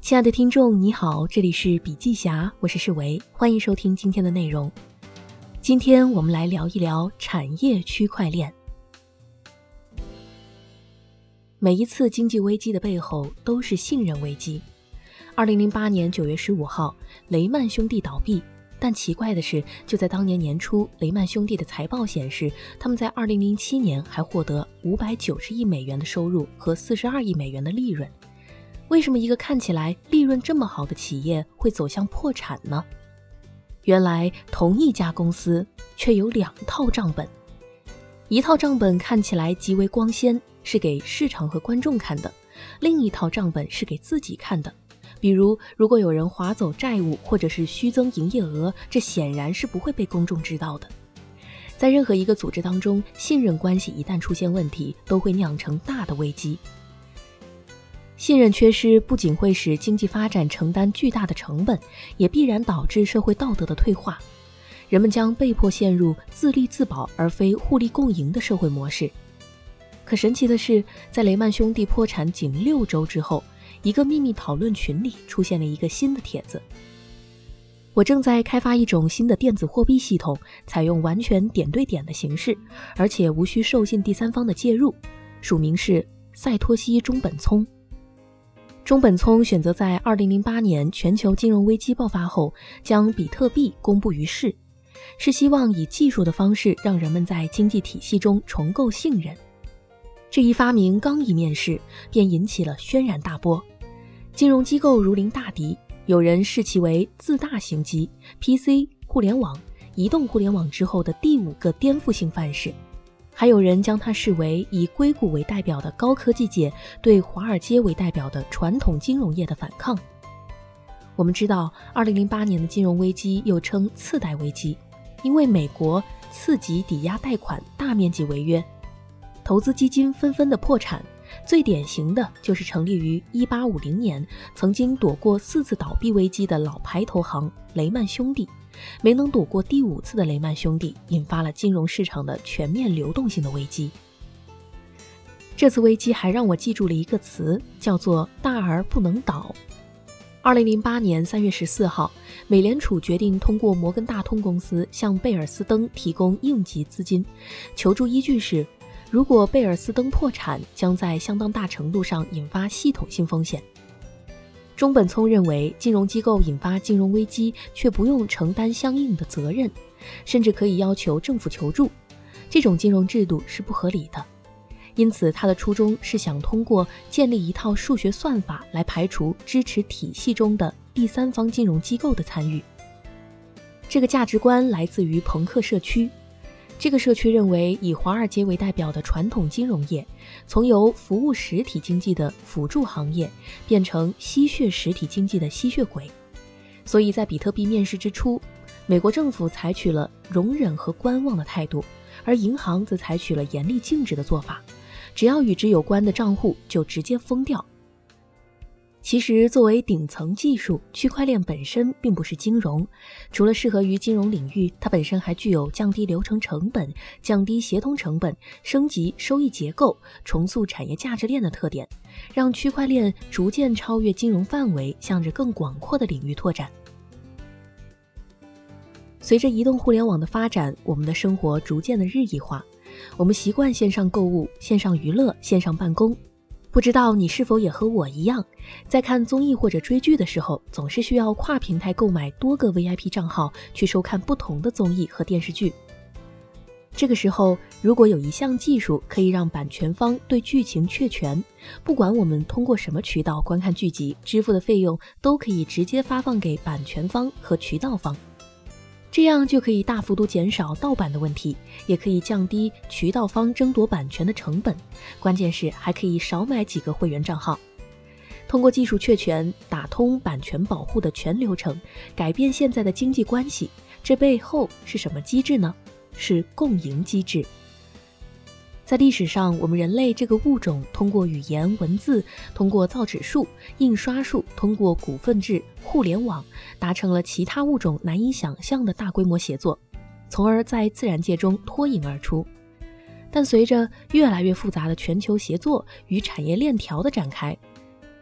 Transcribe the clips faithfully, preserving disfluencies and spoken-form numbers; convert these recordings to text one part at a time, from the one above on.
亲爱的听众你好，这里是笔记侠，我是世维，欢迎收听今天的内容。今天我们来聊一聊产业区块链。每一次经济危机的背后都是信任危机。二零零八年九月十五号，雷曼兄弟倒闭，但奇怪的是，就在当年年初，雷曼兄弟的财报显示，他们在二零零七年还获得五百九十亿美元的收入和四十二亿美元的利润。为什么一个看起来利润这么好的企业会走向破产呢？原来同一家公司却有两套账本，一套账本看起来极为光鲜，是给市场和观众看的，另一套账本是给自己看的。比如，如果有人划走债务或者是虚增营业额，这显然是不会被公众知道的。在任何一个组织当中，信任关系一旦出现问题，都会酿成大的危机。信任缺失不仅会使经济发展承担巨大的成本，也必然导致社会道德的退化。人们将被迫陷入自立自保而非互利共赢的社会模式。可神奇的是，在雷曼兄弟破产仅六周之后，一个秘密讨论群里出现了一个新的帖子。我正在开发一种新的电子货币系统，采用完全点对点的形式，而且无需受信第三方的介入，署名是赛托西中本聪。中本聪选择在二零零八年全球金融危机爆发后，将比特币公布于世，是希望以技术的方式让人们在经济体系中重构信任。这一发明刚一面世，便引起了轩然大波。金融机构如临大敌，有人视其为自大型机、P C、互联网、移动互联网之后的第五个颠覆性范式。还有人将它视为以硅谷为代表的高科技界对华尔街为代表的传统金融业的反抗。我们知道，二零零八年的金融危机又称次贷危机，因为美国次级抵押贷款大面积违约，投资基金纷纷的破产。最典型的就是成立于一八五零年，曾经躲过四次倒闭危机的老牌投行雷曼兄弟，没能躲过第五次的雷曼兄弟，引发了金融市场的全面流动性的危机。这次危机还让我记住了一个词，叫做大而不能倒。二零零八年三月十四号，美联储决定通过摩根大通公司向贝尔斯登提供应急资金，求助依据是，如果贝尔斯登破产，将在相当大程度上引发系统性风险。中本聪认为，金融机构引发金融危机却不用承担相应的责任，甚至可以要求政府求助，这种金融制度是不合理的。因此，他的初衷是想通过建立一套数学算法来排除支持体系中的第三方金融机构的参与。这个价值观来自于朋克社区。这个社区认为，以华尔街为代表的传统金融业，从由服务实体经济的辅助行业，变成吸血实体经济的吸血鬼。所以在比特币面世之初，美国政府采取了容忍和观望的态度，而银行则采取了严厉禁止的做法，只要与之有关的账户就直接封掉。其实作为顶层技术，区块链本身并不是金融，除了适合于金融领域，它本身还具有降低流程成本、降低协同成本、升级收益结构、重塑产业价值链的特点，让区块链逐渐超越金融范围，向着更广阔的领域拓展。随着移动互联网的发展，我们的生活逐渐的日益化，我们习惯线上购物、线上娱乐、线上办公。不知道你是否也和我一样，在看综艺或者追剧的时候，总是需要跨平台购买多个 V I P 账号去收看不同的综艺和电视剧。这个时候，如果有一项技术可以让版权方对剧情确权，不管我们通过什么渠道观看剧集，支付的费用都可以直接发放给版权方和渠道方。这样就可以大幅度减少盗版的问题，也可以降低渠道方争夺版权的成本，关键是还可以少买几个会员账号。通过技术确权打通版权保护的全流程，改变现在的经济关系，这背后是什么机制呢？是共赢机制。在历史上，我们人类这个物种通过语言文字，通过造纸术、印刷术，通过股份制、互联网，达成了其他物种难以想象的大规模协作，从而在自然界中脱颖而出。但随着越来越复杂的全球协作与产业链条的展开，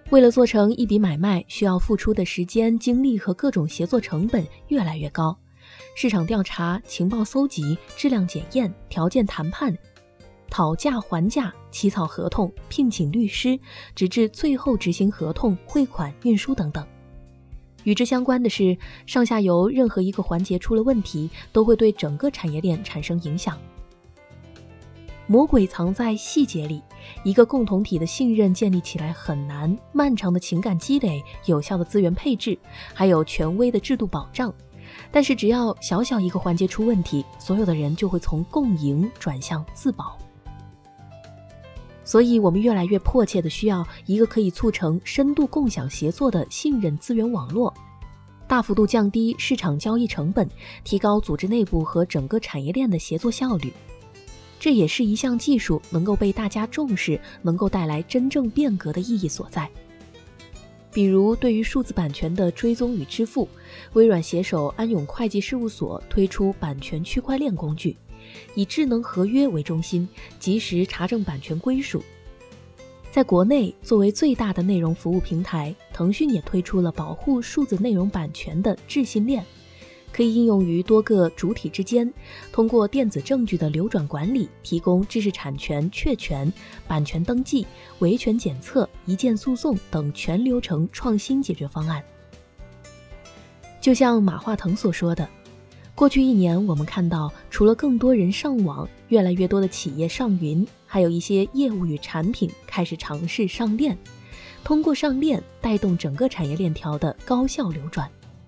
为了做成一笔买卖，需要付出的时间、精力和各种协作成本越来越高。市场调查、情报搜集、质量检验、条件谈判、讨价还价、起草合同、聘请律师，直至最后执行合同、汇款、运输等等。与之相关的是，上下游任何一个环节出了问题，都会对整个产业链产生影响。魔鬼藏在细节里，一个共同体的信任建立起来很难，漫长的情感积累、有效的资源配置，还有权威的制度保障。但是只要小小一个环节出问题，所有的人就会从共赢转向自保。所以我们越来越迫切地需要一个可以促成深度共享协作的信任资源网络，大幅度降低市场交易成本，提高组织内部和整个产业链的协作效率。这也是一项技术能够被大家重视，能够带来真正变革的意义所在。比如对于数字版权的追踪与支付，微软携手安永会计事务所推出版权区块链工具，以智能合约为中心，及时查证版权归属。在国内，作为最大的内容服务平台，腾讯也推出了保护数字内容版权的智信链，可以应用于多个主体之间，通过电子证据的流转管理，提供知识产权确权、版权登记、维权检测、一键诉讼等全流程创新解决方案。就像马化腾所说的，过去一年我们看到，除了更多人上网，越来越多的企业上云，还有一些业务与产品开始尝试上链，通过上链带动整个产业链条的高效流转。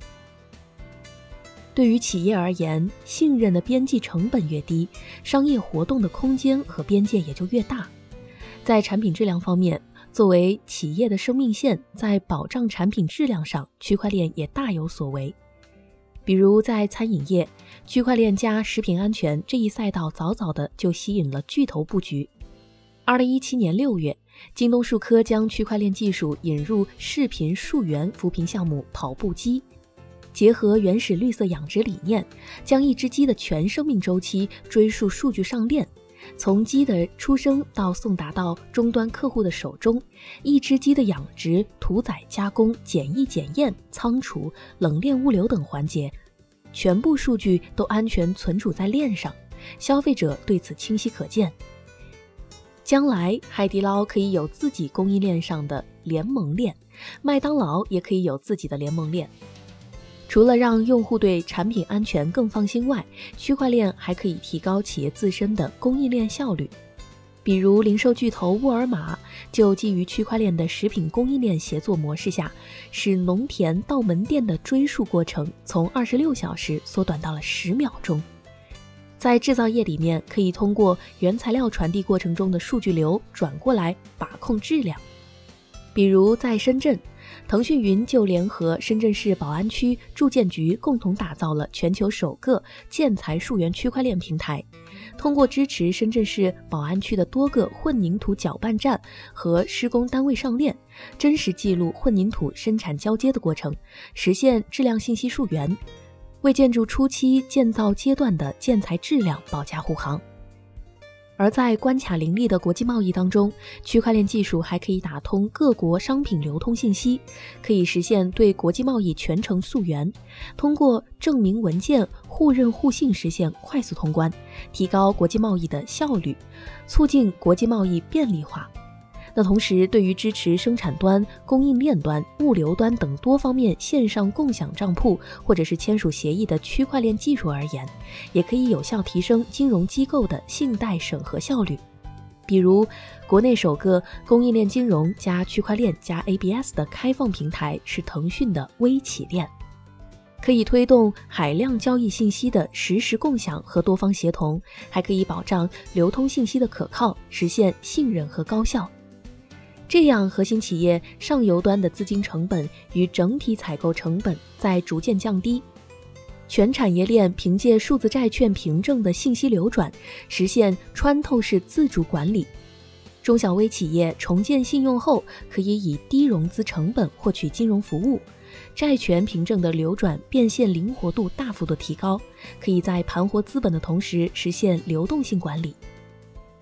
对于企业而言，信任的边际成本越低，商业活动的空间和边界也就越大。在产品质量方面，作为企业的生命线，在保障产品质量上，区块链也大有所为。比如在餐饮业，区块链加食品安全这一赛道早早的就吸引了巨头布局。二零一七年六月，京东数科将区块链技术引入视频溯源扶贫项目跑步机，结合原始绿色养殖理念，将一只鸡的全生命周期追溯数据上链，从鸡的出生到送达到终端客户的手中，一只鸡的养殖、屠宰、加工、检疫检验、仓储、冷链物流等环节，全部数据都安全存储在链上，消费者对此清晰可见。将来海底捞可以有自己供应链上的联盟链，麦当劳也可以有自己的联盟链。除了让用户对产品安全更放心外，区块链还可以提高企业自身的供应链效率。比如零售巨头沃尔玛就基于区块链的食品供应链协作模式下，使农田到门店的追溯过程从二十六小时缩短到了十秒钟。在制造业里面，可以通过原材料传递过程中的数据流转过来把控质量。比如在深圳，腾讯云就联合深圳市宝安区住建局共同打造了全球首个建材溯源区块链平台，通过支持深圳市宝安区的多个混凝土搅拌站和施工单位上链，真实记录混凝土生产交接的过程，实现质量信息溯源，为建筑初期建造阶段的建材质量保驾护航。而在关卡林立的国际贸易当中，区块链技术还可以打通各国商品流通信息，可以实现对国际贸易全程溯源，通过证明文件互认互信实现快速通关，提高国际贸易的效率，促进国际贸易便利化。那同时，对于支持生产端、供应链端、物流端等多方面线上共享账铺或者是签署协议的区块链技术而言，也可以有效提升金融机构的信贷审核效率。比如，国内首个供应链金融加区块链加 A B S 的开放平台是腾讯的微企链，可以推动海量交易信息的实时共享和多方协同，还可以保障流通信息的可靠，实现信任和高效。这样，核心企业上游端的资金成本与整体采购成本在逐渐降低，全产业链凭借数字债券凭证的信息流转，实现穿透式自主管理。中小微企业重建信用后，可以以低融资成本获取金融服务，债权凭证的流转变现灵活度大幅度提高，可以在盘活资本的同时实现流动性管理。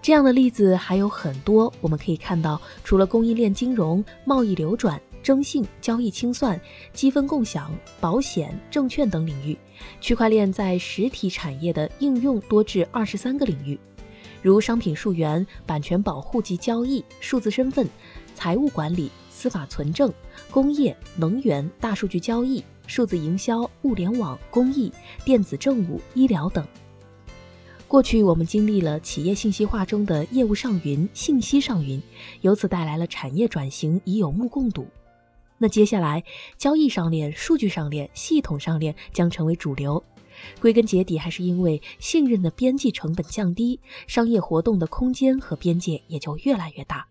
这样的例子还有很多，我们可以看到，除了供应链金融、贸易流转、征信、交易清算、积分共享、保险、证券等领域，区块链在实体产业的应用多至二十三个领域，如商品溯源、版权保护及交易、数字身份、财务管理、司法存证、工业、能源、大数据交易、数字营销、物联网、公益、电子政务、医疗等。过去我们经历了企业信息化中的业务上云、信息上云，由此带来了产业转型，已有目共睹。那接下来，交易上链、数据上链、系统上链将成为主流。归根结底，还是因为信任的边际成本降低，商业活动的空间和边界也就越来越大。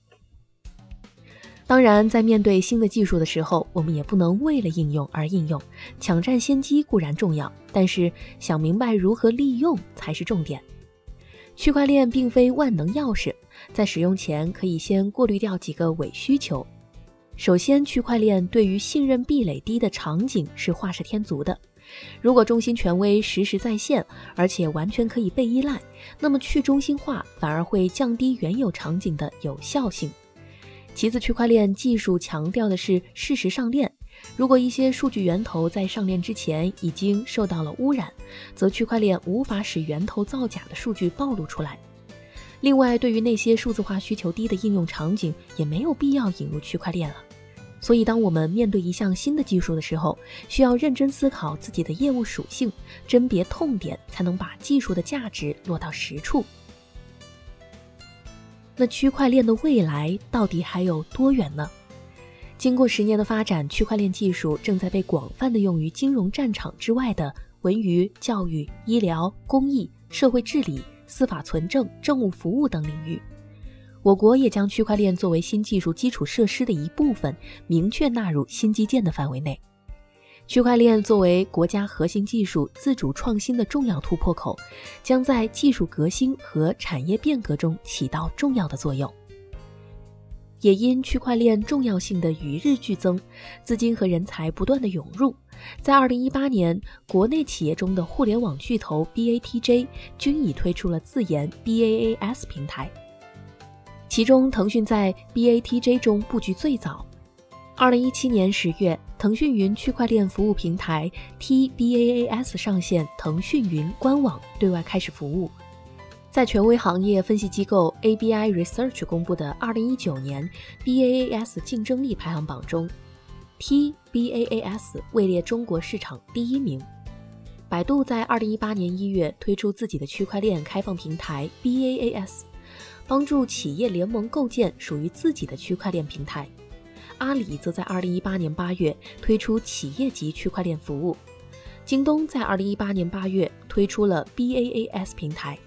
当然，在面对新的技术的时候，我们也不能为了应用而应用，抢占先机固然重要，但是想明白如何利用才是重点。区块链并非万能钥匙，在使用前可以先过滤掉几个伪需求。首先，区块链对于信任壁垒低的场景是画蛇添足的。如果中心权威实时在线，而且完全可以被依赖，那么去中心化反而会降低原有场景的有效性。其次，区块链技术强调的是适时上链，如果一些数据源头在上链之前已经受到了污染，则区块链无法使源头造假的数据暴露出来。另外，对于那些数字化需求低的应用场景，也没有必要引入区块链了。所以当我们面对一项新的技术的时候，需要认真思考自己的业务属性，甄别痛点，才能把技术的价值落到实处。那区块链的未来到底还有多远呢？经过十年的发展，区块链技术正在被广泛地用于金融战场之外的文娱、教育、医疗、公益、社会治理、司法存证、政务服务等领域。我国也将区块链作为新技术基础设施的一部分，明确纳入新基建的范围内。区块链作为国家核心技术自主创新的重要突破口，将在技术革新和产业变革中起到重要的作用。也因区块链重要性的与日俱增，资金和人才不断的涌入，在二零一八年，国内企业中的互联网巨头 B A T J 均已推出了自研 B A A S 平台，其中腾讯在 B A T J 中布局最早。二零一七年十月，腾讯云区块链服务平台 T B A A S 上线腾讯云官网，对外开始服务。在权威行业分析机构 A B I Research 公布的二零一九年 B A A S 竞争力排行榜中， T B A A S 位列中国市场第一名。百度在二零一八年一月推出自己的区块链开放平台 B A A S， 帮助企业联盟构建属于自己的区块链平台。阿里则在二零一八年八月推出企业级区块链服务，京东在二零一八年八月推出了 B A A S 平台。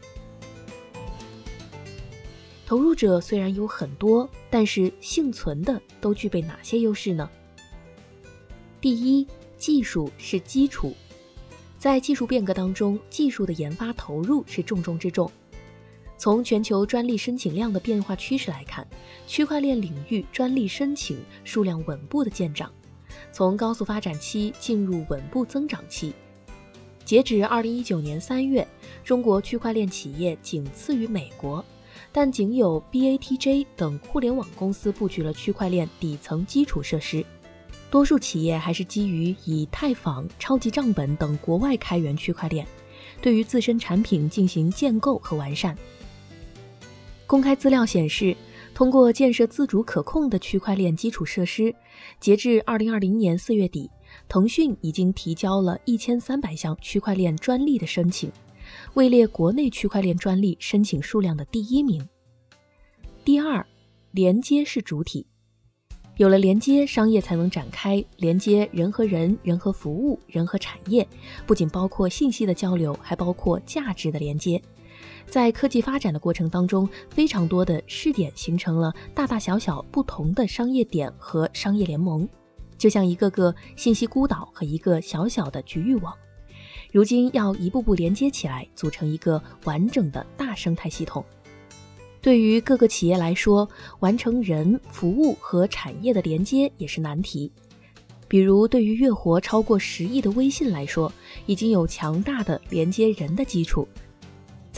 投入者虽然有很多，但是幸存的都具备哪些优势呢？第一，技术是基础。在技术变革当中，技术的研发投入是重中之重。从全球专利申请量的变化趋势来看，区块链领域专利申请数量稳步的见涨，从高速发展期进入稳步增长期。截止二零一九年三月，中国区块链企业仅次于美国，但仅有 B A T J 等互联网公司布局了区块链底层基础设施，多数企业还是基于以太坊、超级账本等国外开源区块链，对于自身产品进行建构和完善。公开资料显示，通过建设自主可控的区块链基础设施，截至二零二零年四月底，腾讯已经提交了一千三百项区块链专利的申请，位列国内区块链专利申请数量的第一名。第二，连接是主体。有了连接，商业才能展开，连接人和人、人和服务、人和产业，不仅包括信息的交流，还包括价值的连接。在科技发展的过程当中，非常多的试点形成了大大小小不同的商业点和商业联盟，就像一个个信息孤岛和一个小小的局域网，如今要一步步连接起来，组成一个完整的大生态系统。对于各个企业来说，完成人、服务和产业的连接也是难题。比如对于月活超过十亿的微信来说，已经有强大的连接人的基础。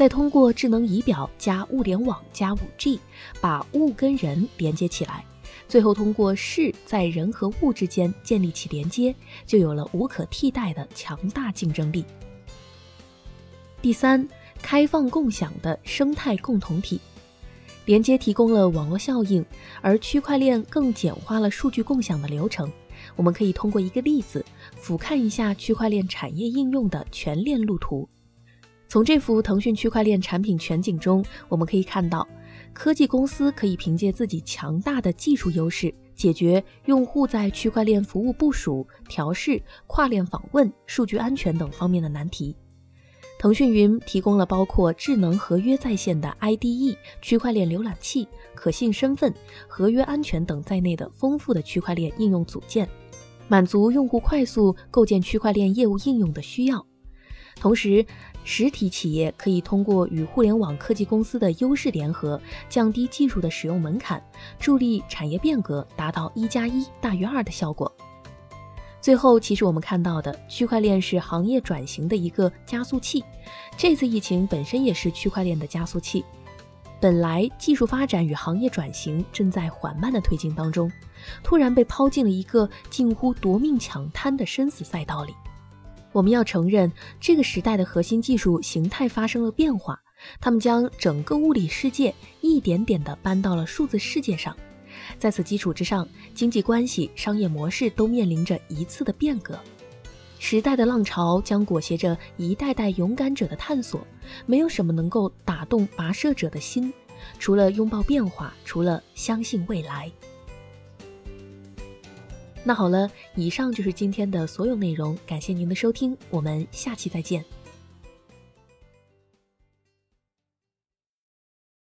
再通过智能仪表加物联网加 五 G， 把物跟人连接起来，最后通过事在人和物之间建立起连接，就有了无可替代的强大竞争力。第三，开放共享的生态共同体。连接提供了网络效应，而区块链更简化了数据共享的流程。我们可以通过一个例子俯瞰一下区块链产业应用的全链路图。从这幅腾讯区块链产品全景中，我们可以看到，科技公司可以凭借自己强大的技术优势，解决用户在区块链服务部署、调试、跨链访问、数据安全等方面的难题。腾讯云提供了包括智能合约在线的 I D E、区块链浏览器、可信身份、合约安全等在内的丰富的区块链应用组件，满足用户快速构建区块链业务应用的需要。同时，实体企业可以通过与互联网科技公司的优势联合，降低技术的使用门槛，助力产业变革，达到一加一大于二的效果。最后，其实我们看到的，区块链是行业转型的一个加速器。这次疫情本身也是区块链的加速器。本来技术发展与行业转型正在缓慢的推进当中，突然被抛进了一个近乎夺命抢滩的生死赛道里。我们要承认，这个时代的核心技术形态发生了变化，它们将整个物理世界一点点地搬到了数字世界上。在此基础之上，经济关系、商业模式都面临着一次的变革。时代的浪潮将裹挟着一代代勇敢者的探索，没有什么能够打动跋涉者的心，除了拥抱变化，除了相信未来。那好了，以上就是今天的所有内容，感谢您的收听，我们下期再见。